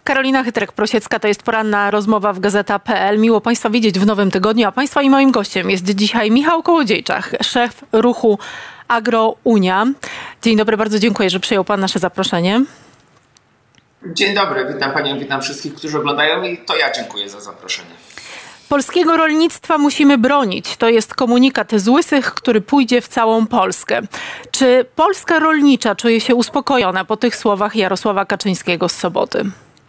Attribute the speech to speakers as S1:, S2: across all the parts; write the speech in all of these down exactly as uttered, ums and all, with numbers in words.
S1: Karolina Chytrek-Prosiecka, to jest poranna rozmowa w Gazeta kropka pe el. Miło Państwa widzieć w nowym tygodniu, a Państwa i moim gościem jest dzisiaj Michał Kołodziejczak, szef ruchu Agrounia. Dzień dobry, bardzo dziękuję, że przyjął Pan nasze zaproszenie.
S2: Dzień dobry, witam Panią, witam wszystkich, którzy oglądają i to ja dziękuję za zaproszenie.
S1: Polskiego rolnictwa musimy bronić. To jest komunikat z Łysych, który pójdzie w całą Polskę. Czy Polska rolnicza czuje się uspokojona po tych słowach Jarosława Kaczyńskiego z soboty?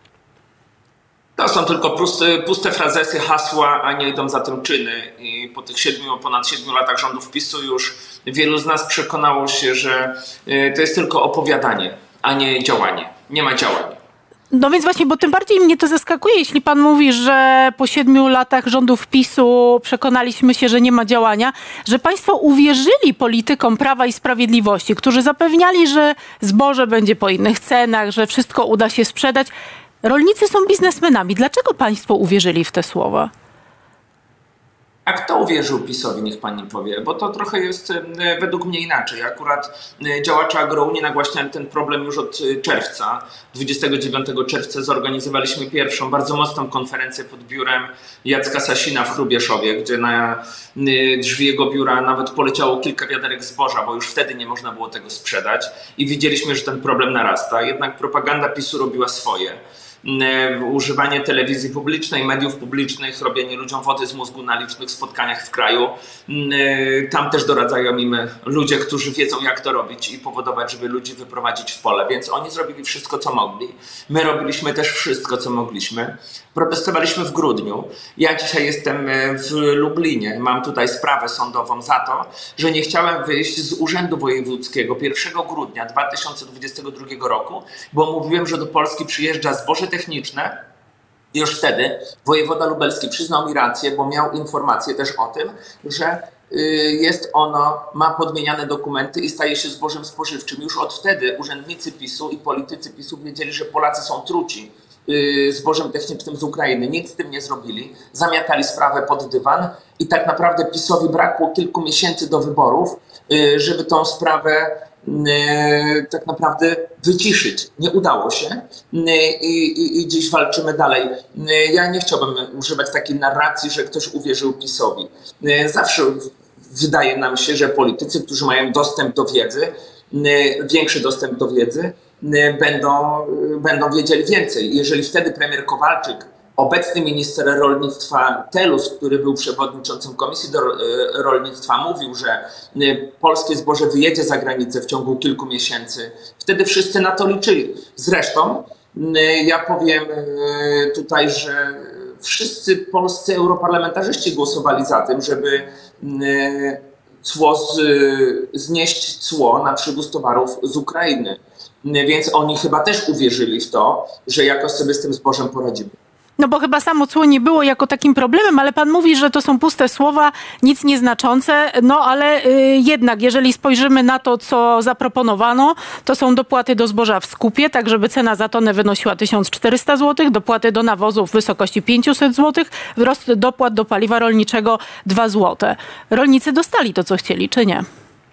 S2: To są tylko puste, puste frazesy, hasła, a nie idą za tym czyny. I po tych siedmiu, ponad siedmiu latach rządów PiSu już wielu z nas przekonało się, że to jest tylko opowiadanie, a nie działanie. Nie ma działań.
S1: No więc właśnie, bo tym bardziej mnie to zaskakuje, jeśli pan mówi, że po siedmiu latach rządów PiSu przekonaliśmy się, że nie ma działania, że państwo uwierzyli politykom Prawa i Sprawiedliwości, którzy zapewniali, że zboże będzie po innych cenach, że wszystko uda się sprzedać. Rolnicy są biznesmenami. Dlaczego państwo uwierzyli w te słowa?
S2: A kto uwierzył PiSowi, niech pani powie, bo to trochę jest według mnie inaczej. Akurat działacze Agrounii nagłaśniali ten problem już od czerwca. dwudziestego dziewiątego czerwca zorganizowaliśmy pierwszą bardzo mocną konferencję pod biurem Jacka Sasina w Hrubieszowie, gdzie na drzwi jego biura nawet poleciało kilka wiaderek zboża, bo już wtedy nie można było tego sprzedać i widzieliśmy, że ten problem narasta. Jednak propaganda PiSu robiła swoje. Używanie telewizji publicznej, mediów publicznych, robienie ludziom wody z mózgu na licznych spotkaniach w kraju. Tam też doradzają im ludzie, którzy wiedzą, jak to robić i powodować, żeby ludzi wyprowadzić w pole. Więc oni zrobili wszystko, co mogli. My robiliśmy też wszystko, co mogliśmy. Protestowaliśmy w grudniu. Ja dzisiaj jestem w Lublinie. Mam tutaj sprawę sądową za to, że nie chciałem wyjść z Urzędu Wojewódzkiego pierwszego grudnia dwa tysiące dwudziestego drugiego roku, bo mówiłem, że do Polski przyjeżdża zboże techniczne. Już wtedy wojewoda lubelski przyznał mi rację, bo miał informację też o tym, że jest ono, ma podmieniane dokumenty i staje się zbożem spożywczym. Już od wtedy urzędnicy PiSu i politycy PiSu wiedzieli, że Polacy są truci zbożem technicznym z Ukrainy. Nic z tym nie zrobili. Zamiatali sprawę pod dywan i tak naprawdę PiSowi brakło kilku miesięcy do wyborów, żeby tą sprawę tak naprawdę wyciszyć. Nie udało się i, i, i dziś walczymy dalej. Ja nie chciałbym używać takiej narracji, że ktoś uwierzył PiSowi. Zawsze wydaje nam się, że politycy, którzy mają dostęp do wiedzy, większy dostęp do wiedzy, będą, będą wiedzieli więcej. Jeżeli wtedy premier Kowalczyk, obecny minister rolnictwa Telus, który był przewodniczącym Komisji do Rolnictwa, mówił, że polskie zboże wyjedzie za granicę w ciągu kilku miesięcy, wtedy wszyscy na to liczyli. Zresztą ja powiem tutaj, że wszyscy polscy europarlamentarzyści głosowali za tym, żeby cło z, znieść cło na przywóz towarów z Ukrainy. Więc oni chyba też uwierzyli w to, że jakoś sobie z tym zbożem poradzimy.
S1: No bo chyba samo cło nie było jako takim problemem, ale pan mówi, że to są puste słowa, nic nieznaczące. No ale y, jednak, jeżeli spojrzymy na to, co zaproponowano, to są dopłaty do zboża w skupie, tak żeby cena za tonę wynosiła tysiąc czterysta złotych, dopłaty do nawozów w wysokości pięćset złotych, wzrost dopłat do paliwa rolniczego dwa złote. Rolnicy dostali to, co chcieli, czy nie?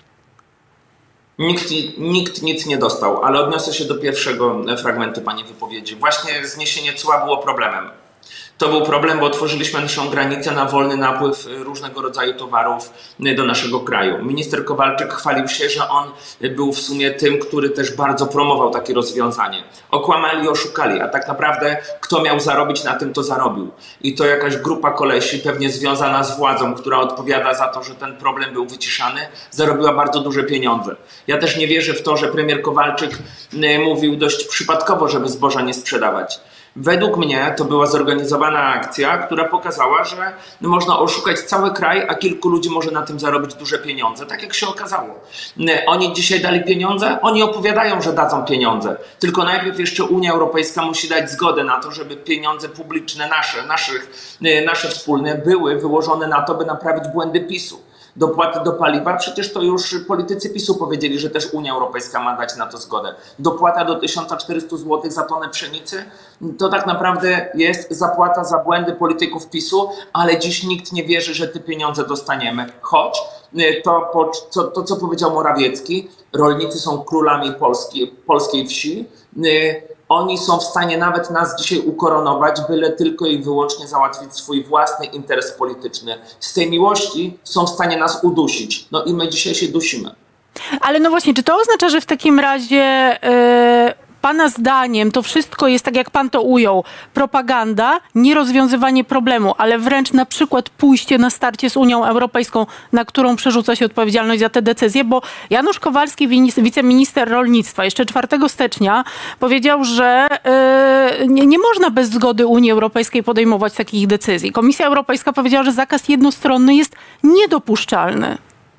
S2: Nikt, nikt nic nie dostał, ale odniosę się do pierwszego fragmentu pani wypowiedzi. Właśnie zniesienie cła było problemem. To był problem, bo otworzyliśmy naszą granicę na wolny napływ różnego rodzaju towarów do naszego kraju. Minister Kowalczyk chwalił się, że on był w sumie tym, który też bardzo promował takie rozwiązanie. Okłamali, oszukali, a tak naprawdę kto miał zarobić na tym, to zarobił. I to jakaś grupa kolesi, pewnie związana z władzą, która odpowiada za to, że ten problem był wyciszany, zarobiła bardzo duże pieniądze. Ja też nie wierzę w to, że premier Kowalczyk mówił dość przypadkowo, żeby zboża nie sprzedawać. Według mnie to była zorganizowana akcja, która pokazała, że można oszukać cały kraj, a kilku ludzi może na tym zarobić duże pieniądze. Tak jak się okazało. Oni dzisiaj dali pieniądze, oni opowiadają, że dadzą pieniądze. Tylko najpierw jeszcze Unia Europejska musi dać zgodę na to, żeby pieniądze publiczne nasze, naszych, nasze wspólne były wyłożone na to, by naprawić błędy PiSu. Dopłaty do paliwa, przecież to już politycy PiSu powiedzieli, że też Unia Europejska ma dać na to zgodę. Dopłata do tysiąc czterysta złotych za tonę pszenicy, to tak naprawdę jest zapłata za błędy polityków PiSu, ale dziś nikt nie wierzy, że te pieniądze dostaniemy. Choć to, to, to co powiedział Morawiecki, rolnicy są królami Polski, polskiej wsi. Oni są w stanie nawet nas dzisiaj ukoronować, byle tylko i wyłącznie załatwić swój własny interes polityczny. Z tej miłości są w stanie nas udusić. No i my dzisiaj się dusimy.
S1: Ale no właśnie, czy to oznacza, że w takim razie yy, pana zdaniem to wszystko jest, tak jak pan to ujął, propaganda, nie rozwiązywanie problemu, ale wręcz na przykład pójście na starcie z Unią Europejską, na którą przerzuca się odpowiedzialność za te decyzje, bo Janusz Kowalski, wiceminister rolnictwa, jeszcze czwartego stycznia powiedział, że yy, nie, nie można bez zgody Unii Europejskiej podejmować takich decyzji. Komisja Europejska powiedziała, że zakaz jednostronny jest niedopuszczalny.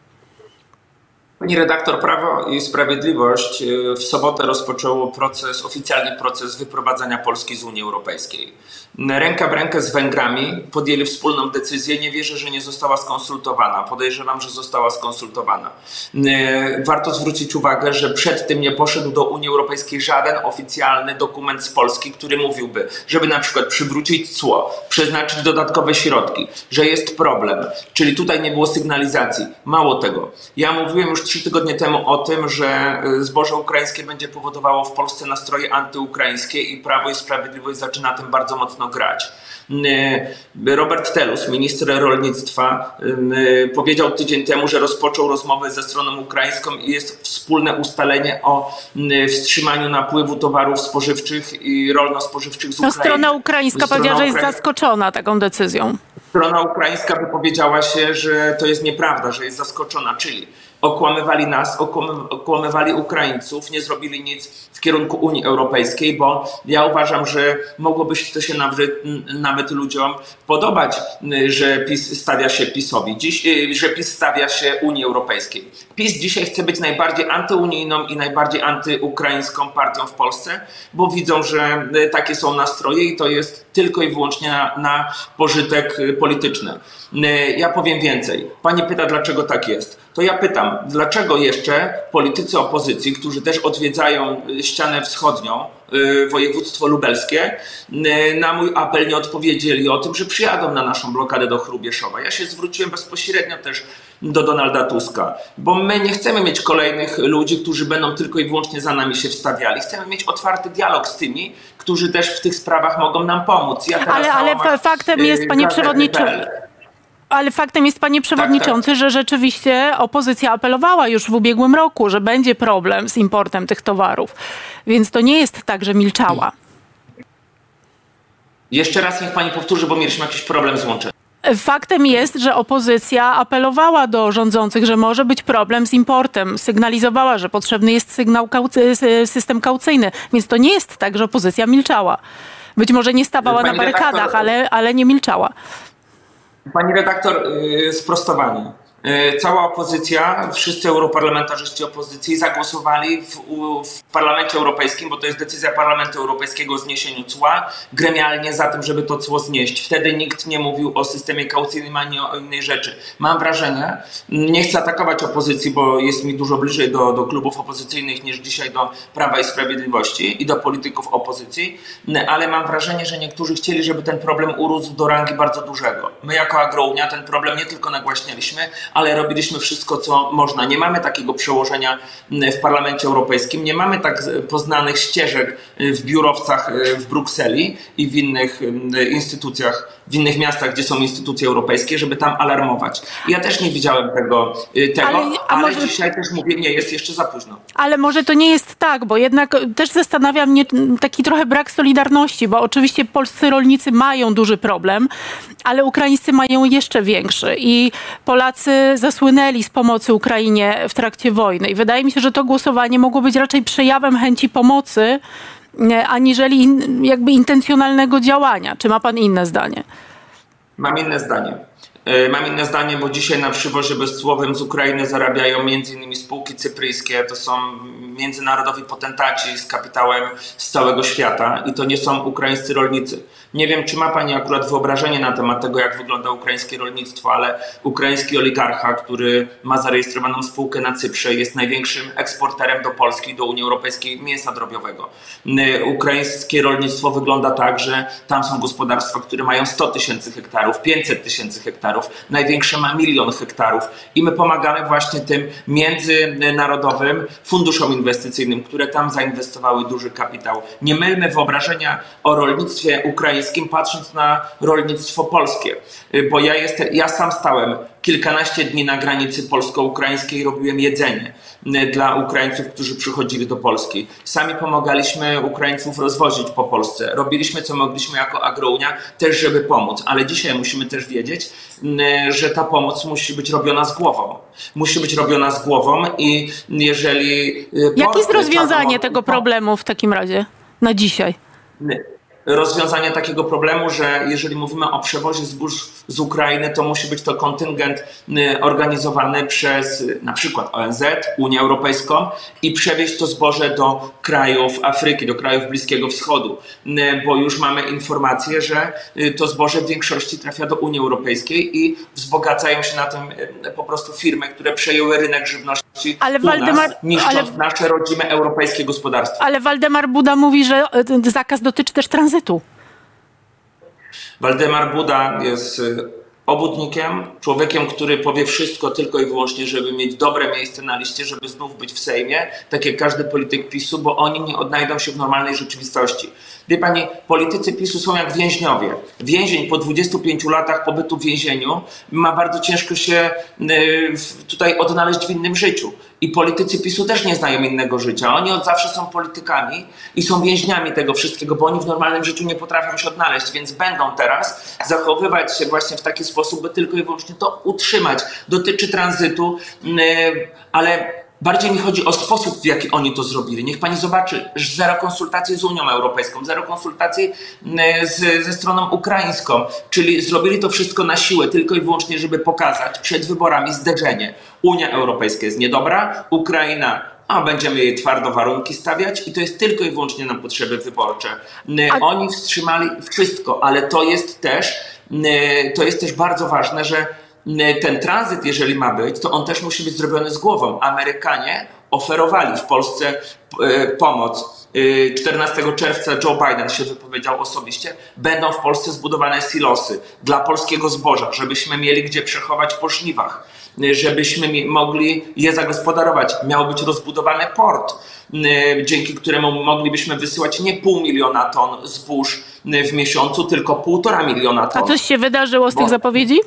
S2: Pani redaktor, Prawo i Sprawiedliwość w sobotę rozpoczęło proces, oficjalny proces wyprowadzania Polski z Unii Europejskiej. Ręka w rękę z Węgrami podjęli wspólną decyzję. Nie wierzę, że nie została skonsultowana. Podejrzewam, że została skonsultowana. Warto zwrócić uwagę, że przed tym nie poszedł do Unii Europejskiej żaden oficjalny dokument z Polski, który mówiłby, żeby na przykład przywrócić cło, przeznaczyć dodatkowe środki, że jest problem. Czyli tutaj nie było sygnalizacji. Mało tego. Ja mówiłem już trzy tygodnie temu o tym, że zboże ukraińskie będzie powodowało w Polsce nastroje antyukraińskie i Prawo i Sprawiedliwość zaczyna tym bardzo mocno grać. Robert Telus, minister rolnictwa, powiedział tydzień temu, że rozpoczął rozmowę ze stroną ukraińską i jest wspólne ustalenie o wstrzymaniu napływu towarów spożywczych i rolno-spożywczych z Ukrainy.
S1: No, strona ukraińska powiedziała, że jest zaskoczona taką decyzją.
S2: Strona ukraińska wypowiedziała się, że to jest nieprawda, że jest zaskoczona, czyli okłamywali nas, okłamywali Ukraińców, nie zrobili nic w kierunku Unii Europejskiej, bo ja uważam, że mogłoby się to się nawet, nawet ludziom podobać, że PiS stawia się PiS-owi, Dziś, że PiS stawia się Unii Europejskiej. PiS dzisiaj chce być najbardziej antyunijną i najbardziej antyukraińską partią w Polsce, bo widzą, że takie są nastroje i to jest tylko i wyłącznie na, na pożytek polityczny. Ja powiem więcej. Pani pyta, dlaczego tak jest. To ja pytam, dlaczego jeszcze politycy opozycji, którzy też odwiedzają ścianę wschodnią, województwo lubelskie, na mój apel nie odpowiedzieli o tym, że przyjadą na naszą blokadę do Hrubieszowa. Ja się zwróciłem bezpośrednio też do Donalda Tuska, bo my nie chcemy mieć kolejnych ludzi, którzy będą tylko i wyłącznie za nami się wstawiali. Chcemy mieć otwarty dialog z tymi, którzy też w tych sprawach mogą nam pomóc. Ja
S1: ale ale faktem jest, panie przewodniczący, Ale faktem jest, panie przewodniczący, tak, tak. że rzeczywiście opozycja apelowała już w ubiegłym roku, że będzie problem z importem tych towarów. Więc to nie jest tak, że milczała.
S2: Jeszcze raz niech pani powtórzy, bo mieliśmy jakiś problem z łączeniem.
S1: Faktem jest, że opozycja apelowała do rządzących, że może być problem z importem. Sygnalizowała, że potrzebny jest sygnał kaucy- system kaucyjny. Więc to nie jest tak, że opozycja milczała. Być może nie stawała pani na barykadach, redaktor, ale, ale nie milczała.
S2: Pani redaktor, sprostowanie. Cała opozycja, wszyscy europarlamentarzyści opozycji zagłosowali w, w Parlamencie Europejskim, bo to jest decyzja Parlamentu Europejskiego o zniesieniu cła, gremialnie za tym, żeby to cło znieść. Wtedy nikt nie mówił o systemie kaucyjnym ani o innej rzeczy. Mam wrażenie, nie chcę atakować opozycji, bo jest mi dużo bliżej do, do klubów opozycyjnych niż dzisiaj do Prawa i Sprawiedliwości i do polityków opozycji, ale mam wrażenie, że niektórzy chcieli, żeby ten problem urósł do rangi bardzo dużego. My jako Agrounia ten problem nie tylko nagłaśnialiśmy, ale robiliśmy wszystko, co można. Nie mamy takiego przełożenia w Parlamencie Europejskim, nie mamy tak poznanych ścieżek w biurowcach w Brukseli i w innych instytucjach, w innych miastach, gdzie są instytucje europejskie, żeby tam alarmować. Ja też nie widziałem tego, tego ale, ale może... dzisiaj też mówię, nie jest jeszcze za późno.
S1: Ale może to nie jest tak, bo jednak też zastanawia mnie taki trochę brak solidarności, bo oczywiście polscy rolnicy mają duży problem, ale ukraińscy mają jeszcze większy i Polacy zasłynęli z pomocy Ukrainie w trakcie wojny i wydaje mi się, że to głosowanie mogło być raczej przejawem chęci pomocy, aniżeli in, jakby intencjonalnego działania. Czy ma pan inne zdanie?
S2: Mam inne zdanie. Mam inne zdanie, bo dzisiaj na przywozie bezcłowym z Ukrainy zarabiają między innymi spółki cypryjskie. To są międzynarodowi potentaci z kapitałem z całego świata i to nie są ukraińscy rolnicy. Nie wiem, czy ma pani akurat wyobrażenie na temat tego, jak wygląda ukraińskie rolnictwo, ale ukraiński oligarcha, który ma zarejestrowaną spółkę na Cyprze, jest największym eksporterem do Polski, do Unii Europejskiej mięsa drobiowego. Ukraińskie rolnictwo wygląda tak, że tam są gospodarstwa, które mają sto tysięcy hektarów, pięćset tysięcy hektarów. hektarów, największe ma milion hektarów i my pomagamy właśnie tym międzynarodowym funduszom inwestycyjnym, które tam zainwestowały duży kapitał. Nie mylmy wyobrażenia o rolnictwie ukraińskim, patrząc na rolnictwo polskie, bo ja, jestem, ja sam stałem kilkanaście dni na granicy polsko-ukraińskiej, robiłem jedzenie dla Ukraińców, którzy przychodzili do Polski. Sami pomagaliśmy Ukraińców rozwozić po Polsce. Robiliśmy, co mogliśmy jako Agrounia, też żeby pomóc. Ale dzisiaj musimy też wiedzieć, że ta pomoc musi być robiona z głową. Musi być robiona z głową i jeżeli...
S1: Jakie jest rozwiązanie tego problemu w takim razie na dzisiaj?
S2: Rozwiązanie takiego problemu, że jeżeli mówimy o przewozie zbóż z Ukrainy, to musi być to kontyngent organizowany przez na przykład O N Z, Unię Europejską i przewieźć to zboże do krajów Afryki, do krajów Bliskiego Wschodu, bo już mamy informację, że to zboże w większości trafia do Unii Europejskiej i wzbogacają się na tym po prostu firmy, które przejęły rynek żywności ale u Waldemar, nas, niszcząc ale, nasze rodzime europejskie gospodarstwo.
S1: Ale Waldemar Buda mówi, że zakaz dotyczy też tranzytu.
S2: Waldemar Buda jest obłudnikiem, człowiekiem, który powie wszystko tylko i wyłącznie, żeby mieć dobre miejsce na liście, żeby znów być w Sejmie, tak jak każdy polityk PiSu, bo oni nie odnajdą się w normalnej rzeczywistości. Wie pani, politycy PiSu są jak więźniowie. Więzień po dwudziestu pięciu latach pobytu w więzieniu ma bardzo ciężko się tutaj odnaleźć w innym życiu. I politycy PiSu też nie znają innego życia. Oni od zawsze są politykami i są więźniami tego wszystkiego, bo oni w normalnym życiu nie potrafią się odnaleźć, więc będą teraz zachowywać się właśnie w taki sposób, by tylko i wyłącznie to utrzymać. Dotyczy tranzytu, ale bardziej mi chodzi o sposób, w jaki oni to zrobili. Niech pani zobaczy, że zero konsultacji z Unią Europejską, zero konsultacji z, ze stroną ukraińską, czyli zrobili to wszystko na siłę, tylko i wyłącznie, żeby pokazać przed wyborami zderzenie. Unia Europejska jest niedobra, Ukraina, a będziemy jej twardo warunki stawiać i to jest tylko i wyłącznie na potrzeby wyborcze. A... Oni wstrzymali wszystko, ale to jest też, to jest też bardzo ważne, że ten tranzyt, jeżeli ma być, to on też musi być zrobiony z głową. Amerykanie oferowali w Polsce pomoc. czternastego czerwca Joe Biden się wypowiedział osobiście. Będą w Polsce zbudowane silosy dla polskiego zboża, żebyśmy mieli gdzie przechować po żniwach, żebyśmy mogli je zagospodarować. Miał być rozbudowany port, dzięki któremu moglibyśmy wysyłać nie pół miliona ton zbóż w miesiącu, tylko półtora miliona ton.
S1: A coś się wydarzyło z
S2: Bo...
S1: tych zapowiedzi?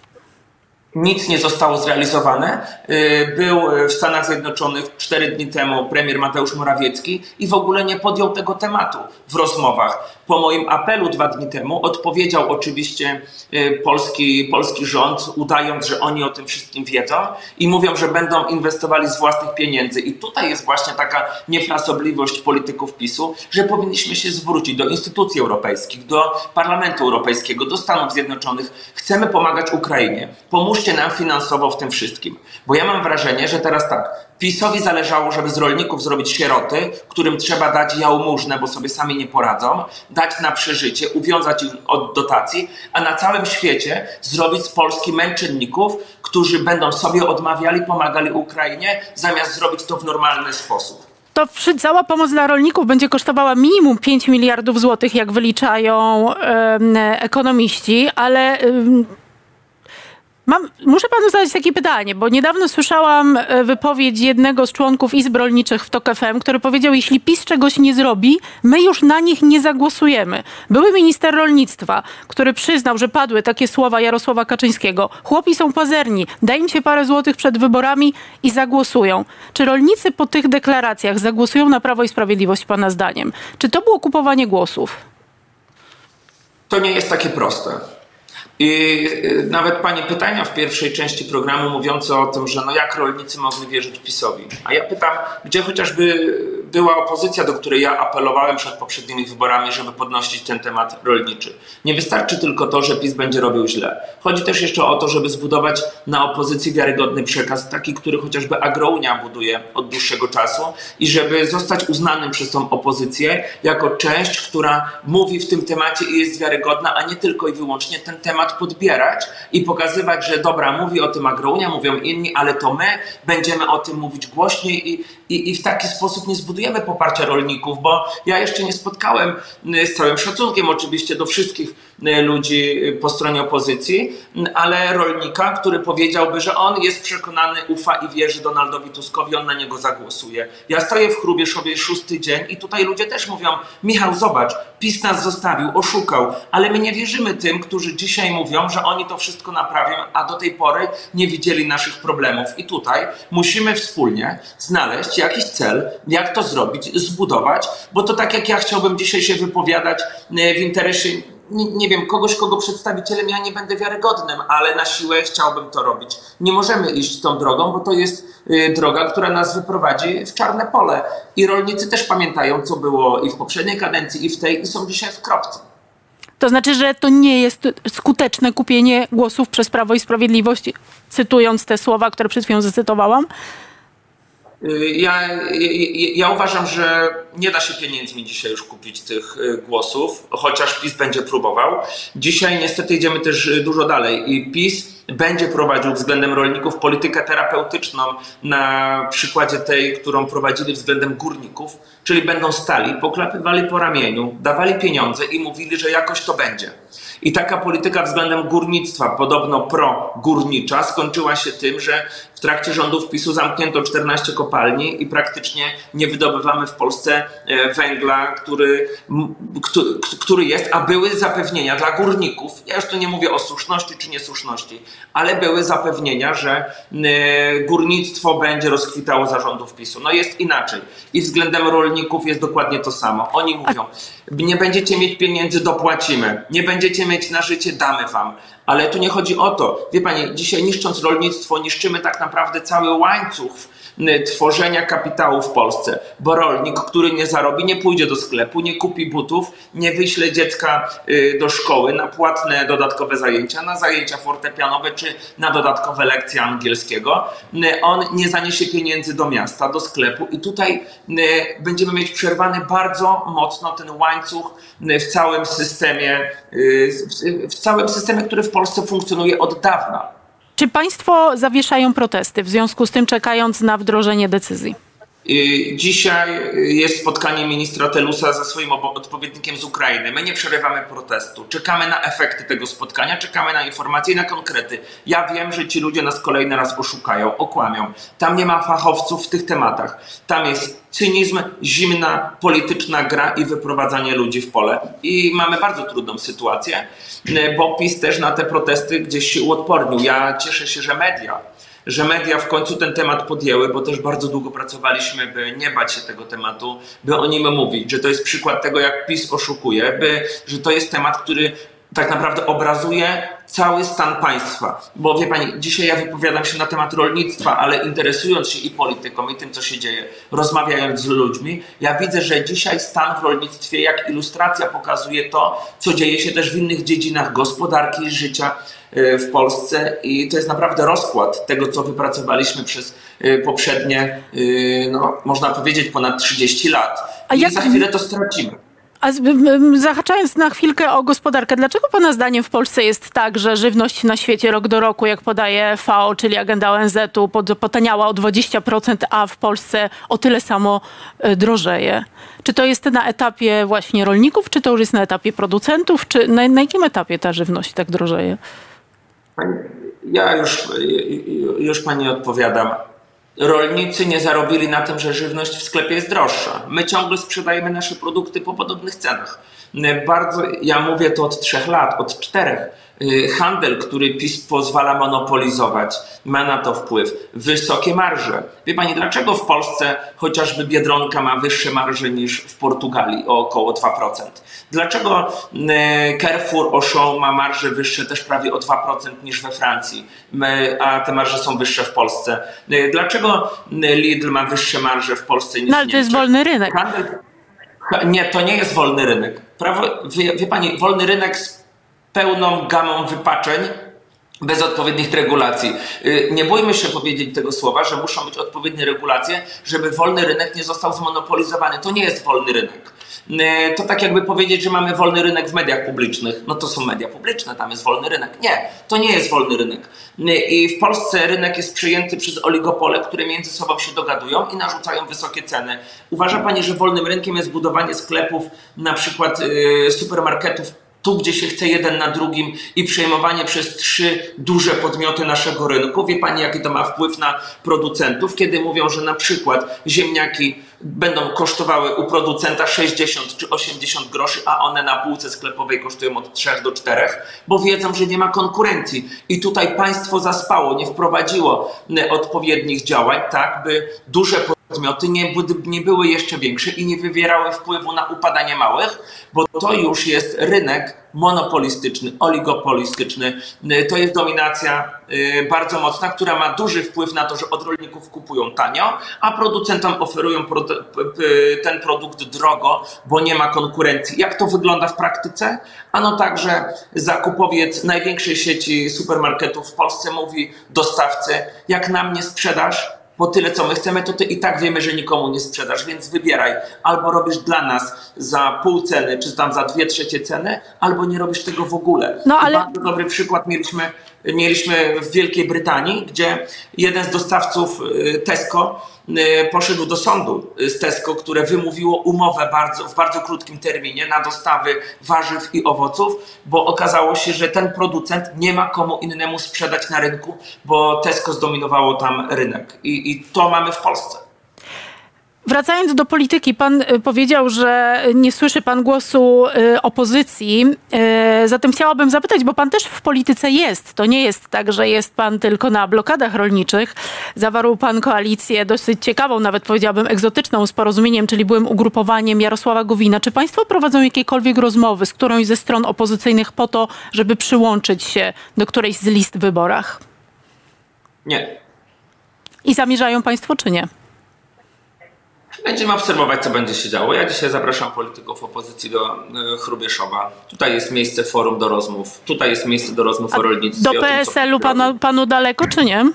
S2: Nic nie zostało zrealizowane. Był w Stanach Zjednoczonych cztery dni temu premier Mateusz Morawiecki i w ogóle nie podjął tego tematu w rozmowach. Po moim apelu dwa dni temu odpowiedział oczywiście polski, polski rząd, udając, że oni o tym wszystkim wiedzą i mówią, że będą inwestowali z własnych pieniędzy. I tutaj jest właśnie taka niefrasobliwość polityków PiSu, że powinniśmy się zwrócić do instytucji europejskich, do Parlamentu Europejskiego, do Stanów Zjednoczonych. Chcemy pomagać Ukrainie. Pomóżcie nam finansowo w tym wszystkim. Bo ja mam wrażenie, że teraz tak, PiSowi zależało, żeby z rolników zrobić sieroty, którym trzeba dać jałmużnę, bo sobie sami nie poradzą, dać na przeżycie, uwiązać ich od dotacji, a na całym świecie zrobić z Polski męczenników, którzy będą sobie odmawiali, pomagali Ukrainie, zamiast zrobić to w normalny sposób.
S1: To cała pomoc dla rolników będzie kosztowała minimum pięć miliardów złotych, jak wyliczają e, ekonomiści, ale... E, Mam, muszę panu zadać takie pytanie, bo niedawno słyszałam wypowiedź jednego z członków Izb Rolniczych w TOK F M, który powiedział, jeśli PiS czegoś nie zrobi, my już na nich nie zagłosujemy. Były minister rolnictwa, który przyznał, że padły takie słowa Jarosława Kaczyńskiego. Chłopi są pazerni, daj im się parę złotych przed wyborami i zagłosują. Czy rolnicy po tych deklaracjach zagłosują na Prawo i Sprawiedliwość pana zdaniem? Czy to było kupowanie głosów?
S2: To nie jest takie proste. I nawet pani pytania w pierwszej części programu mówiące o tym, że no jak rolnicy mogli wierzyć PiSowi. A ja pytam, gdzie chociażby była opozycja, do której ja apelowałem przed poprzednimi wyborami, żeby podnosić ten temat rolniczy. Nie wystarczy tylko to, że PiS będzie robił źle. Chodzi też jeszcze o to, żeby zbudować na opozycji wiarygodny przekaz, taki, który chociażby Agrounia buduje od dłuższego czasu i żeby zostać uznanym przez tą opozycję jako część, która mówi w tym temacie i jest wiarygodna, a nie tylko i wyłącznie ten temat podbierać i pokazywać, że dobra, mówi o tym Agrounia, mówią inni, ale to my będziemy o tym mówić głośniej i, i, i w taki sposób nie zbudujemy oczekujemy poparcia rolników, bo ja jeszcze nie spotkałem, z całym szacunkiem oczywiście do wszystkich ludzi po stronie opozycji, ale rolnika, który powiedziałby, że on jest przekonany, ufa i wierzy Donaldowi Tuskowi, on na niego zagłosuje. Ja stoję w Hrubieszowie szósty dzień i tutaj ludzie też mówią: Michał, zobacz, PiS nas zostawił, oszukał, ale my nie wierzymy tym, którzy dzisiaj mówią, że oni to wszystko naprawią, a do tej pory nie widzieli naszych problemów. I tutaj musimy wspólnie znaleźć jakiś cel, jak to zrobić, zbudować, bo to tak jak ja chciałbym dzisiaj się wypowiadać w interesie, nie, nie wiem, kogoś, kogo przedstawicielem ja nie będę wiarygodnym, ale na siłę chciałbym to robić. Nie możemy iść tą drogą, bo to jest y, droga, która nas wyprowadzi w czarne pole. I rolnicy też pamiętają, co było i w poprzedniej kadencji, i w tej, i są dzisiaj w kropce.
S1: To znaczy, że to nie jest skuteczne kupienie głosów przez Prawo i Sprawiedliwość, cytując te słowa, które przed chwilą zacytowałam?
S2: Ja, ja, ja uważam, że nie da się pieniędzmi dzisiaj już kupić tych głosów, chociaż PiS będzie próbował. Dzisiaj niestety idziemy też dużo dalej i PiS będzie prowadził względem rolników politykę terapeutyczną na przykładzie tej, którą prowadzili względem górników, czyli będą stali, poklepywali po ramieniu, dawali pieniądze i mówili, że jakoś to będzie. I taka polityka względem górnictwa, podobno pro-górnicza, skończyła się tym, że w trakcie rządów PiSu zamknięto czternaście kopalni i praktycznie nie wydobywamy w Polsce węgla, który, który jest, a były zapewnienia dla górników. Ja już tu nie mówię o słuszności czy niesłuszności, ale były zapewnienia, że górnictwo będzie rozkwitało za rządów PiSu. No jest inaczej. I względem rolników jest dokładnie to samo. Oni mówią: nie będziecie mieć pieniędzy, dopłacimy. Nie będziecie mieć na życie, damy wam. Ale tu nie chodzi o to. Wie pani, dzisiaj niszcząc rolnictwo, niszczymy tak naprawdę cały łańcuch tworzenia kapitału w Polsce, bo rolnik, który nie zarobi, nie pójdzie do sklepu, nie kupi butów, nie wyśle dziecka do szkoły na płatne dodatkowe zajęcia, na zajęcia fortepianowe czy na dodatkowe lekcje angielskiego. On nie zaniesie pieniędzy do miasta, do sklepu i tutaj będziemy mieć przerwany bardzo mocno ten łańcuch w całym systemie, w całym systemie, który w Polsce funkcjonuje od dawna.
S1: Czy państwo zawieszają protesty w związku z tym, czekając na wdrożenie decyzji?
S2: Dzisiaj jest spotkanie ministra Telusa ze swoim odpowiednikiem z Ukrainy. My nie przerywamy protestu. Czekamy na efekty tego spotkania, czekamy na informacje i na konkrety. Ja wiem, że ci ludzie nas kolejny raz oszukają, okłamią. Tam nie ma fachowców w tych tematach. Tam jest cynizm, zimna, polityczna gra i wyprowadzanie ludzi w pole. I mamy bardzo trudną sytuację, bo PiS też na te protesty gdzieś się uodpornił. Ja cieszę się, że media że media w końcu ten temat podjęły, bo też bardzo długo pracowaliśmy, by nie bać się tego tematu, by o nim mówić, że to jest przykład tego, jak PiS oszukuje, by, że to jest temat, który tak naprawdę obrazuje cały stan państwa. Bo wie pani, dzisiaj ja wypowiadam się na temat rolnictwa, ale interesując się i polityką, i tym, co się dzieje, rozmawiając z ludźmi, ja widzę, że dzisiaj stan w rolnictwie, jak ilustracja pokazuje to, co dzieje się też w innych dziedzinach gospodarki, życia w Polsce i to jest naprawdę rozkład tego, co wypracowaliśmy przez poprzednie, no, można powiedzieć, ponad trzydzieści lat. I jak... za chwilę to stracimy.
S1: A zahaczając na chwilkę o gospodarkę, dlaczego pana zdaniem w Polsce jest tak, że żywność na świecie rok do roku, jak podaje F A O, czyli agenda O N Z u, potaniała o dwadzieścia procent, a w Polsce o tyle samo drożeje? Czy to jest na etapie właśnie rolników, czy to już jest na etapie producentów, czy na, na jakim etapie ta żywność tak drożeje?
S2: Ja już, już pani odpowiadam. Rolnicy nie zarobili na tym, że żywność w sklepie jest droższa. My ciągle sprzedajemy nasze produkty po podobnych cenach. Bardzo, ja mówię to od trzech lat, od czterech. Handel, który PiS pozwala monopolizować, ma na to wpływ. Wysokie marże. Wie pani, dlaczego w Polsce chociażby Biedronka ma wyższe marże niż w Portugalii, o około dwa procent? Dlaczego Carrefour Auchan ma marże wyższe też prawie o dwa procent niż we Francji, a te marże są wyższe w Polsce? Dlaczego Lidl ma wyższe marże w Polsce niż w Niemczech?
S1: No ale to jest wolny rynek.
S2: Handel... Nie, to nie jest wolny rynek. Prawo, wie, wie pani, wolny rynek z pełną gamą wypaczeń bez odpowiednich regulacji. Nie bójmy się powiedzieć tego słowa, że muszą być odpowiednie regulacje, żeby wolny rynek nie został zmonopolizowany. To nie jest wolny rynek. To tak jakby powiedzieć, że mamy wolny rynek w mediach publicznych. No to są media publiczne, tam jest wolny rynek. Nie, to nie jest wolny rynek. I w Polsce rynek jest przejęty przez oligopole, które między sobą się dogadują i narzucają wysokie ceny. Uważa pani, że wolnym rynkiem jest budowanie sklepów, na przykład yy, supermarketów, tu gdzie się chce jeden na drugim i przejmowanie przez trzy duże podmioty naszego rynku? Wie pani, jaki to ma wpływ na producentów, kiedy mówią, że na przykład ziemniaki będą kosztowały u producenta sześćdziesiąt czy osiemdziesiąt groszy, a one na półce sklepowej kosztują od trzech do czterech, bo wiedzą, że nie ma konkurencji. I tutaj państwo zaspało, nie wprowadziło odpowiednich działań, tak by duże podmioty nie, nie były jeszcze większe i nie wywierały wpływu na upadanie małych, bo to już jest rynek monopolistyczny, oligopolistyczny. To jest dominacja bardzo mocna, która ma duży wpływ na to, że od rolników kupują tanio, a producentom oferują ten produkt drogo, bo nie ma konkurencji. Jak to wygląda w praktyce? Ano tak, że zakupowiec największej sieci supermarketów w Polsce mówi dostawcy, jak nam nie sprzedasz, bo tyle co my chcemy, to ty i tak wiemy, że nikomu nie sprzedasz, więc wybieraj. Albo robisz dla nas za pół ceny, czy tam za dwie trzecie ceny, albo nie robisz tego w ogóle.
S1: No, ale...
S2: Bardzo dobry przykład mieliśmy, mieliśmy w Wielkiej Brytanii, gdzie jeden z dostawców Tesco poszedł do sądu z Tesco, które wymówiło umowę bardzo, w bardzo krótkim terminie na dostawy warzyw i owoców, bo okazało się, że ten producent nie ma komu innemu sprzedać na rynku, bo Tesco zdominowało tam rynek. I, i to mamy w Polsce.
S1: Wracając do polityki, pan powiedział, że nie słyszy pan głosu opozycji. Zatem chciałabym zapytać, bo pan też w polityce jest. To nie jest tak, że jest pan tylko na blokadach rolniczych. Zawarł pan koalicję dosyć ciekawą, nawet powiedziałabym egzotyczną, z Porozumieniem, czyli byłym ugrupowaniem Jarosława Gowina. Czy państwo prowadzą jakiekolwiek rozmowy z którąś ze stron opozycyjnych po to, żeby przyłączyć się do którejś z list w wyborach?
S2: Nie.
S1: I zamierzają państwo, czy nie?
S2: Będziemy obserwować, co będzie się działo. Ja dzisiaj zapraszam polityków opozycji do Hrubieszowa. Tutaj jest miejsce forum do rozmów. Tutaj jest miejsce do rozmów
S1: A
S2: o rolnictwie.
S1: do P S L-u panu, panu daleko, czy nie?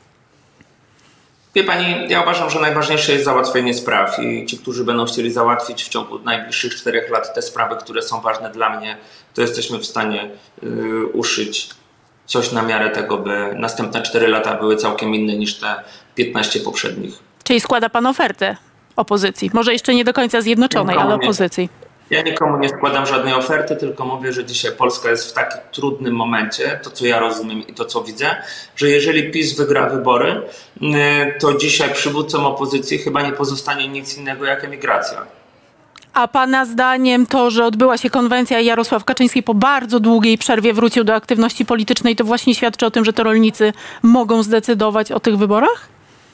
S2: Wie pani, ja uważam, że najważniejsze jest załatwienie spraw i ci, którzy będą chcieli załatwić w ciągu najbliższych czterech lat te sprawy, które są ważne dla mnie, to jesteśmy w stanie y, uszyć coś na miarę tego, by następne cztery lata były całkiem inne niż te piętnaście poprzednich.
S1: Czyli składa pan ofertę opozycji. Może jeszcze nie do końca zjednoczonej,
S2: Nikomu
S1: ale opozycji.
S2: Nie. Ja nikomu nie składam żadnej oferty, tylko mówię, że dzisiaj Polska jest w takim trudnym momencie, to co ja rozumiem i to co widzę, że jeżeli PiS wygra wybory, to dzisiaj przywódcom opozycji chyba nie pozostanie nic innego jak emigracja.
S1: A pana zdaniem to, że odbyła się konwencja i Jarosław Kaczyński po bardzo długiej przerwie wrócił do aktywności politycznej, to właśnie świadczy o tym, że to rolnicy mogą zdecydować o tych wyborach?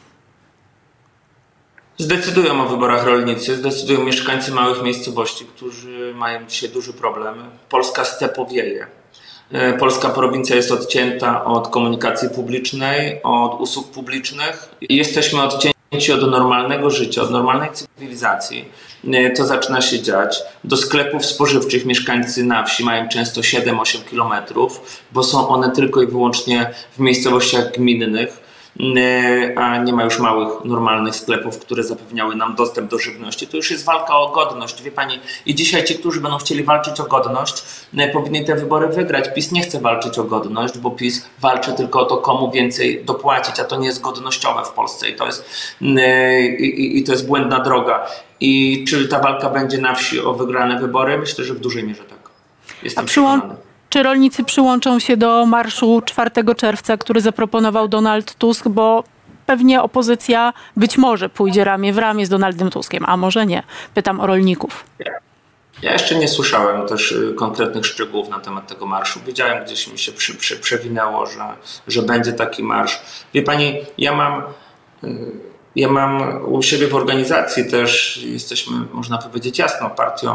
S2: Zdecydują o wyborach rolnicy, zdecydują mieszkańcy małych miejscowości, którzy mają dzisiaj duży problem. Polska stepowieje. Polska prowincja jest odcięta od komunikacji publicznej, od usług publicznych. Jesteśmy odcięci od normalnego życia, od normalnej cywilizacji. To zaczyna się dziać. Do sklepów spożywczych mieszkańcy na wsi mają często siedem osiem kilometrów, bo są one tylko i wyłącznie w miejscowościach gminnych, a nie ma już małych, normalnych sklepów, które zapewniały nam dostęp do żywności. To już jest walka o godność. Wie pani, i dzisiaj ci, którzy będą chcieli walczyć o godność, powinni te wybory wygrać. PiS nie chce walczyć o godność, bo PiS walczy tylko o to, komu więcej dopłacić, a to nie jest godnościowe w Polsce i to jest, i, i, i to jest błędna droga. I czy ta walka będzie na wsi o wygrane wybory? Myślę, że w dużej mierze tak. Jestem przekonany.
S1: Czy rolnicy przyłączą się do marszu czwartego czerwca, który zaproponował Donald Tusk, bo pewnie opozycja być może pójdzie ramię w ramię z Donaldem Tuskiem, a może nie. Pytam o rolników.
S2: Ja jeszcze nie słyszałem też konkretnych szczegółów na temat tego marszu. Wiedziałem, gdzieś mi się przy, przy, przewinęło, że, że będzie taki marsz. Wie pani, ja mam Ja mam u siebie w organizacji też, jesteśmy, można powiedzieć, jasną partią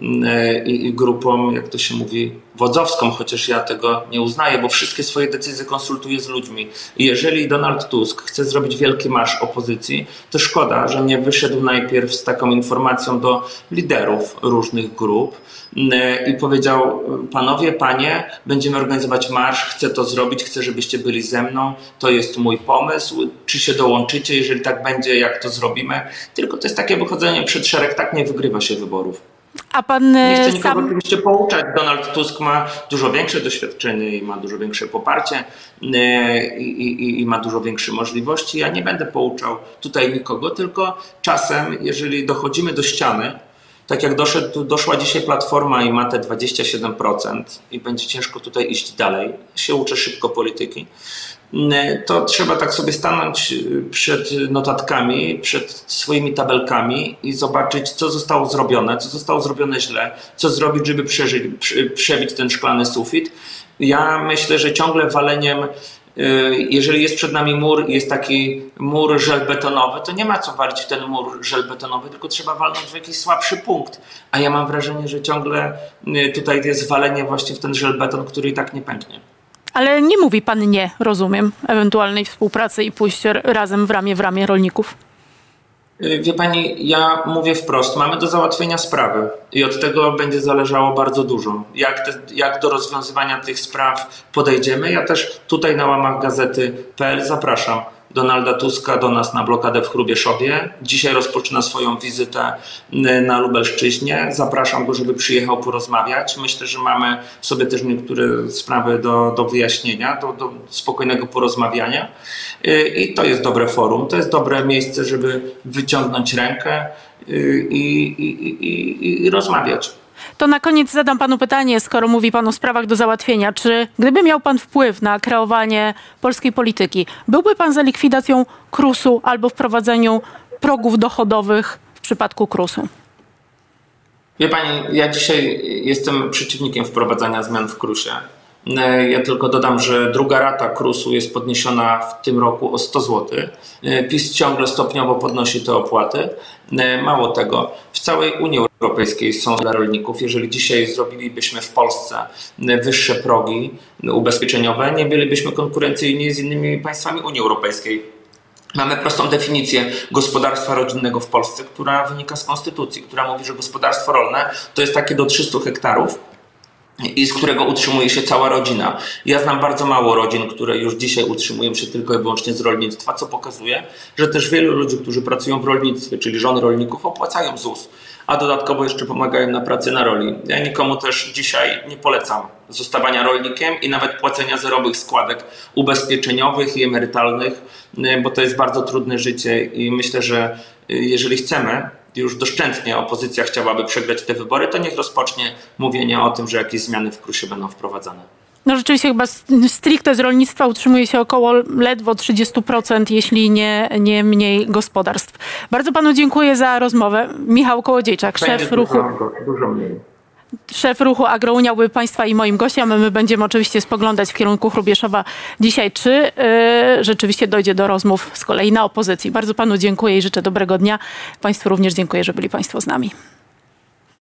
S2: i, i grupą, jak to się mówi, wodzowską, chociaż ja tego nie uznaję, bo wszystkie swoje decyzje konsultuję z ludźmi. I jeżeli Donald Tusk chce zrobić wielki marsz opozycji, to szkoda, że nie wyszedł najpierw z taką informacją do liderów różnych grup i powiedział: panowie, panie, będziemy organizować marsz, chcę to zrobić, chcę, żebyście byli ze mną, to jest mój pomysł, czy się dołączycie, jeżeli tak będzie, jak to zrobimy. Tylko to jest takie wychodzenie przed szereg, tak nie wygrywa się wyborów.
S1: A pan
S2: Nie chcę nikogo
S1: sam...
S2: oczywiście pouczać. Donald Tusk ma dużo większe doświadczenie i ma dużo większe poparcie i, i, i ma dużo większe możliwości. Ja nie będę pouczał tutaj nikogo, tylko czasem, jeżeli dochodzimy do ściany, tak jak doszedł, doszła dzisiaj Platforma i ma te dwadzieścia siedem procent i będzie ciężko tutaj iść dalej, się uczę szybko polityki, to trzeba tak sobie stanąć przed notatkami, przed swoimi tabelkami i zobaczyć, co zostało zrobione, co zostało zrobione źle, co zrobić, żeby przeżyć, przebić ten szklany sufit. Ja myślę, że ciągle waleniem, jeżeli jest przed nami mur i jest taki mur żelbetonowy, to nie ma co walić w ten mur żelbetonowy, tylko trzeba walnąć w jakiś słabszy punkt. A ja mam wrażenie, że ciągle tutaj jest walenie właśnie w ten żelbeton, który i tak nie pęknie.
S1: Ale nie mówi pan nie, rozumiem, ewentualnej współpracy i pójście razem w ramię w ramię rolników.
S2: Wie pani, ja mówię wprost, mamy do załatwienia sprawy i od tego będzie zależało bardzo dużo. Jak, te, jak do rozwiązywania tych spraw podejdziemy? Ja też tutaj na łamach gazety kropka pe el zapraszam Donalda Tuska do nas na blokadę w Hrubieszowie. Dzisiaj rozpoczyna swoją wizytę na Lubelszczyźnie. Zapraszam go, żeby przyjechał porozmawiać. Myślę, że mamy sobie też niektóre sprawy do, do wyjaśnienia, do, do spokojnego porozmawiania. I to jest dobre forum, to jest dobre miejsce, żeby wyciągnąć rękę i, i, i, i rozmawiać.
S1: To na koniec zadam panu pytanie, skoro mówi pan o sprawach do załatwienia. Czy gdyby miał pan wpływ na kreowanie polskiej polityki, byłby pan za likwidacją KRUS-u albo wprowadzeniu progów dochodowych w przypadku KRUS-u?
S2: Wie pani, ja dzisiaj jestem przeciwnikiem wprowadzania zmian w KRUS-ie. Ja tylko dodam, że druga rata KRUS-u jest podniesiona w tym roku o sto złotych. PiS ciągle stopniowo podnosi te opłaty. Mało tego, w całej Unii Europejskiej są dla rolników. Jeżeli dzisiaj zrobilibyśmy w Polsce wyższe progi ubezpieczeniowe, nie bylibyśmy konkurencyjni z innymi państwami Unii Europejskiej. Mamy prostą definicję gospodarstwa rodzinnego w Polsce, która wynika z konstytucji, która mówi, że gospodarstwo rolne to jest takie do trzystu hektarów, i z którego utrzymuje się cała rodzina. Ja znam bardzo mało rodzin, które już dzisiaj utrzymują się tylko i wyłącznie z rolnictwa, co pokazuje, że też wielu ludzi, którzy pracują w rolnictwie, czyli żony rolników, opłacają ZUS, a dodatkowo jeszcze pomagają na pracy na roli. Ja nikomu też dzisiaj nie polecam zostawania rolnikiem i nawet płacenia zerowych składek ubezpieczeniowych i emerytalnych, bo to jest bardzo trudne życie i myślę, że jeżeli chcemy, już doszczętnie opozycja chciałaby przegrać te wybory, to niech rozpocznie mówienie o tym, że jakieś zmiany w KRUS-ie będą wprowadzane.
S1: No rzeczywiście chyba stricte z rolnictwa utrzymuje się około ledwo trzydzieści procent, jeśli nie, nie mniej gospodarstw. Bardzo panu dziękuję za rozmowę. Michał Kołodziejczak, szef ruchu.
S2: Dużo, dużo mniej.
S1: Szef ruchu Agrounia był państwa i moim gościem. My będziemy oczywiście spoglądać w kierunku Hrubieszowa dzisiaj, czy yy, rzeczywiście dojdzie do rozmów z kolei na opozycji. Bardzo panu dziękuję i życzę dobrego dnia. Państwu również dziękuję, że byli państwo z nami.